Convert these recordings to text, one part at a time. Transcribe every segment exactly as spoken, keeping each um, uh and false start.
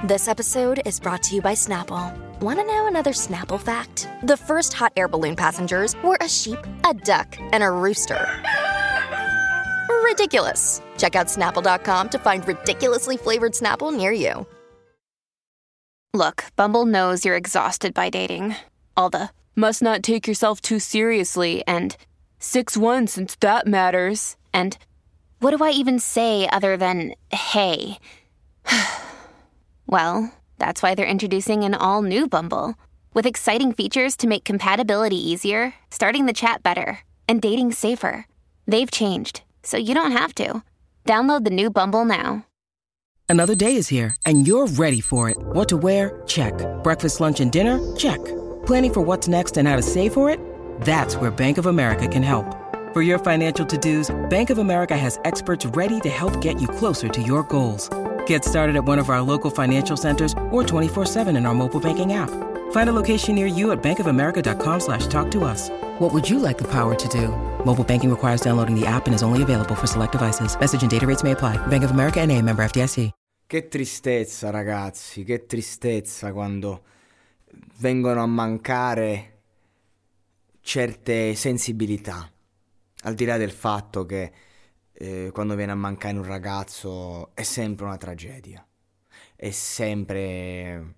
This episode is brought to you by Snapple. Want to know another Snapple fact? The first hot air balloon passengers were a sheep, a duck, and a rooster. Ridiculous. Check out Snapple dot com to find ridiculously flavored Snapple near you. Look, Bumble knows you're exhausted by dating. All the, must not take yourself too seriously, and six one since that matters, and what do I even say other than, hey? Well, that's why they're introducing an all-new Bumble, with exciting features to make compatibility easier, starting the chat better, and dating safer. They've changed, so you don't have to. Download the new Bumble now. Another day is here, and you're ready for it. What to wear? Check. Breakfast, lunch, and dinner? Check. Planning for what's next and how to save for it? That's where Bank of America can help. For your financial to-dos, Bank of America has experts ready to help get you closer to your goals. Get started at one of our local financial centers or twenty-four seven in our mobile banking app. Find a location near you at bankofamerica.com slash talk to us. What would you like the power to do? Mobile banking requires downloading the app and is only available for select devices. Message and data rates may apply. Bank of America N A, member F D I C. Che tristezza, ragazzi, che tristezza quando vengono a mancare certe sensibilità. Al di là del fatto che eh, quando viene a mancare un ragazzo è sempre una tragedia, è sempre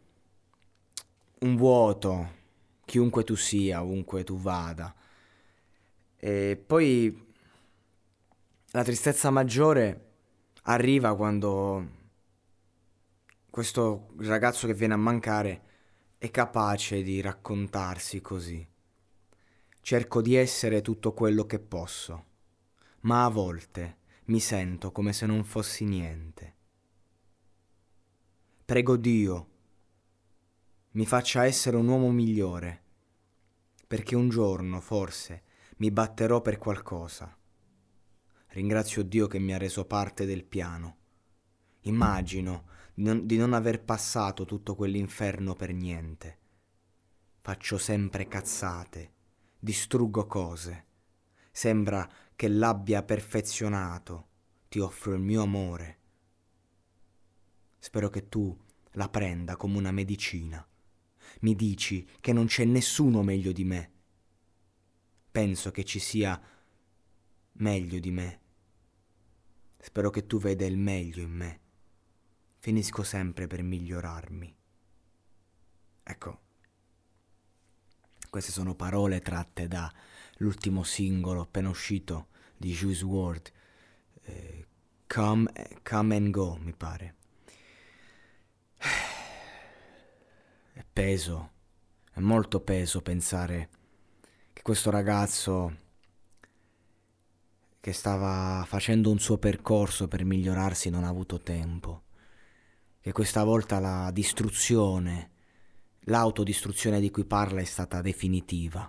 un vuoto, chiunque tu sia, ovunque tu vada. E poi la tristezza maggiore arriva quando questo ragazzo che viene a mancare è capace di raccontarsi così. Cerco di essere tutto quello che posso, ma a volte mi sento come se non fossi niente. Prego Dio mi faccia essere un uomo migliore, perché un giorno forse mi batterò per qualcosa. Ringrazio Dio che mi ha reso parte del piano. Immagino di non, di non aver passato tutto quell'inferno per niente. Faccio sempre cazzate, distruggo cose. Sembra che l'abbia perfezionato. Ti offro il mio amore. Spero che tu la prenda come una medicina. Mi dici che non c'è nessuno meglio di me. Penso che ci sia meglio di me. Spero che tu veda il meglio in me. Finisco sempre per migliorarmi. Ecco, queste sono parole tratte dall'ultimo singolo appena uscito di Juice world, eh, Come, Come and Go, mi pare. È peso, è molto peso pensare che questo ragazzo che stava facendo un suo percorso per migliorarsi non ha avuto tempo, che questa volta la distruzione, l'autodistruzione di cui parla è stata definitiva.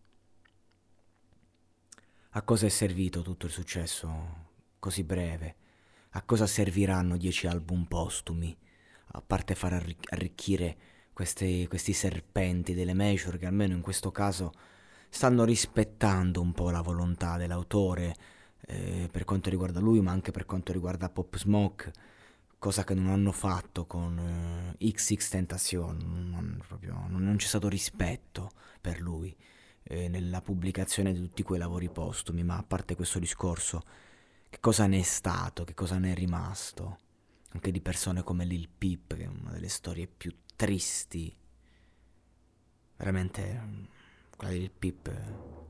A cosa è servito tutto il successo così breve? A cosa serviranno dieci album postumi? A parte far arricch- arricchire questi, questi serpenti delle major che almeno in questo caso stanno rispettando un po' la volontà dell'autore, eh, per quanto riguarda lui, ma anche per quanto riguarda Pop Smoke, cosa che non hanno fatto con eh, X X Tentacion. Non, proprio, non, non c'è stato rispetto per lui eh, nella pubblicazione di tutti quei lavori postumi. Ma a parte questo discorso, che cosa ne è stato, che cosa ne è rimasto anche di persone come Lil Peep, che è una delle storie più tristi, veramente. Quella di Lil Peep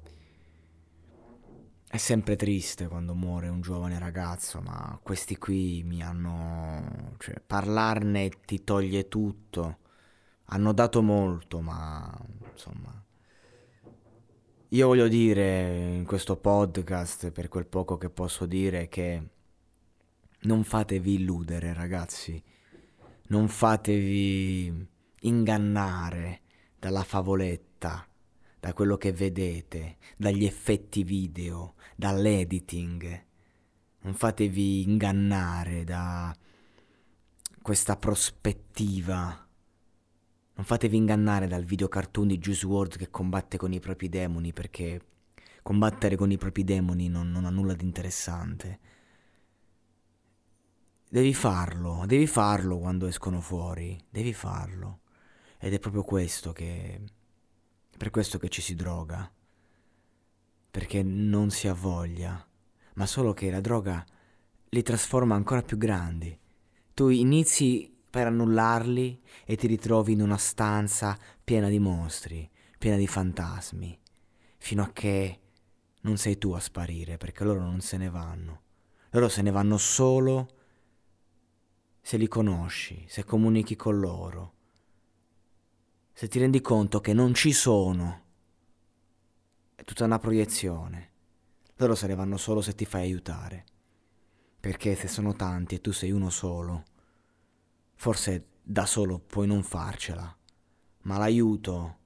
è sempre triste quando muore un giovane ragazzo, ma questi qui mi hanno, cioè, parlarne ti toglie tutto. Hanno dato molto, ma insomma, io voglio dire in questo podcast, per quel poco che posso dire, che non fatevi illudere, ragazzi, non fatevi ingannare dalla favoletta, da quello che vedete, dagli effetti video, dall'editing. Non fatevi ingannare da questa prospettiva. Non fatevi ingannare dal video cartoon di Juice world che combatte con i propri demoni, perché combattere con i propri demoni non, non ha nulla di interessante. devi farlo, devi farlo quando escono fuori, devi farlo. Ed è proprio questo che, per questo che ci si droga, perché non si ha voglia, ma solo che la droga li trasforma ancora più grandi. Tu inizi per annullarli e ti ritrovi in una stanza piena di mostri, piena di fantasmi, fino a che non sei tu a sparire, perché loro non se ne vanno. Loro se ne vanno solo se li conosci, se comunichi con loro, se ti rendi conto che non ci sono. È tutta una proiezione. Loro se ne vanno solo se ti fai aiutare, perché se sono tanti e tu sei uno solo, forse da solo puoi non farcela, ma l'aiuto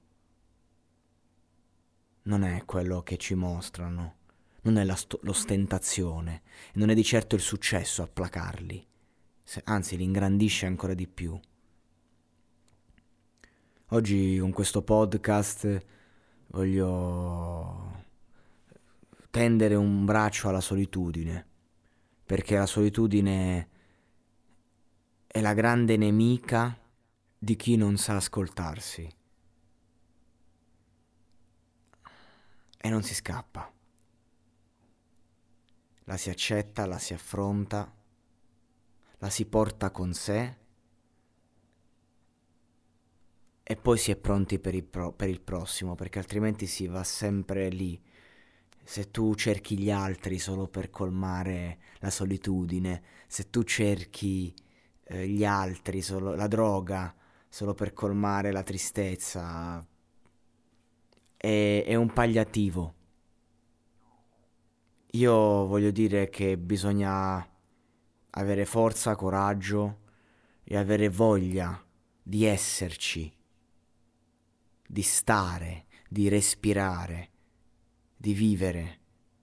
non è quello che ci mostrano, non è la sto- l'ostentazione, e non è di certo il successo a placarli, se, anzi li ingrandisce ancora di più. Oggi con questo podcast voglio tendere un braccio alla solitudine, perché la solitudine è la grande nemica di chi non sa ascoltarsi e non si scappa. La si accetta, la si affronta, la si porta con sé e poi si è pronti per il, pro- per il prossimo, perché altrimenti si va sempre lì. Se tu cerchi gli altri solo per colmare la solitudine, se tu cerchi eh, gli altri, solo, la droga, solo per colmare la tristezza, è, è un palliativo. Io voglio dire che bisogna avere forza, coraggio e avere voglia di esserci, di stare, di respirare, di vivere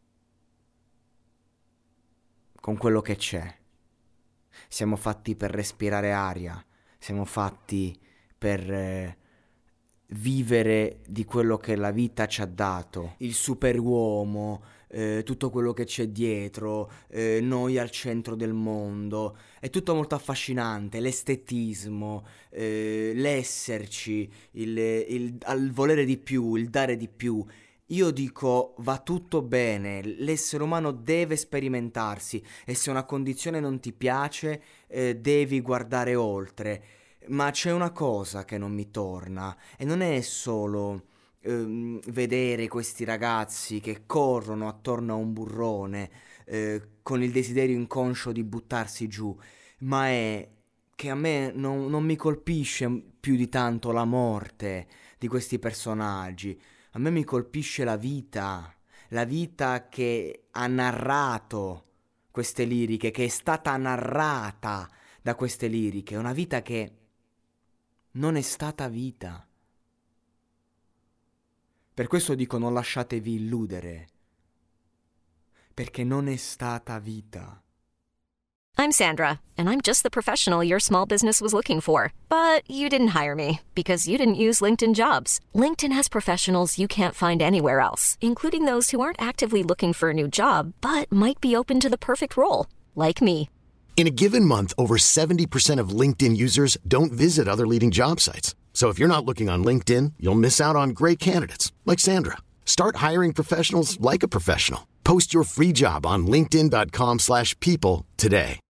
con quello che c'è. Siamo fatti per respirare aria, siamo fatti per eh, vivere di quello che la vita ci ha dato, il superuomo, eh, tutto quello che c'è dietro, eh, noi al centro del mondo. È tutto molto affascinante, l'estetismo, eh, l'esserci, il, il, il volere di più, il dare di più. Io dico, va tutto bene, l'essere umano deve sperimentarsi e se una condizione non ti piace, eh, devi guardare oltre. Ma c'è una cosa che non mi torna e non è solo ehm, vedere questi ragazzi che corrono attorno a un burrone eh, con il desiderio inconscio di buttarsi giù, ma è che a me non, non mi colpisce più di tanto la morte di questi personaggi. A me mi colpisce la vita, la vita che ha narrato queste liriche, che è stata narrata da queste liriche, una vita che non è stata vita. Per questo dico non lasciatevi illudere, perché non è stata vita. I'm Sandra, and I'm just the professional your small business was looking for. But you didn't hire me because you didn't use LinkedIn Jobs. LinkedIn has professionals you can't find anywhere else, including those who aren't actively looking for a new job, but might be open to the perfect role, like me. In a given month, over seventy percent of LinkedIn users don't visit other leading job sites. So if you're not looking on LinkedIn, you'll miss out on great candidates like Sandra. Start hiring professionals like a professional. Post your free job on linkedin dot com slash people today.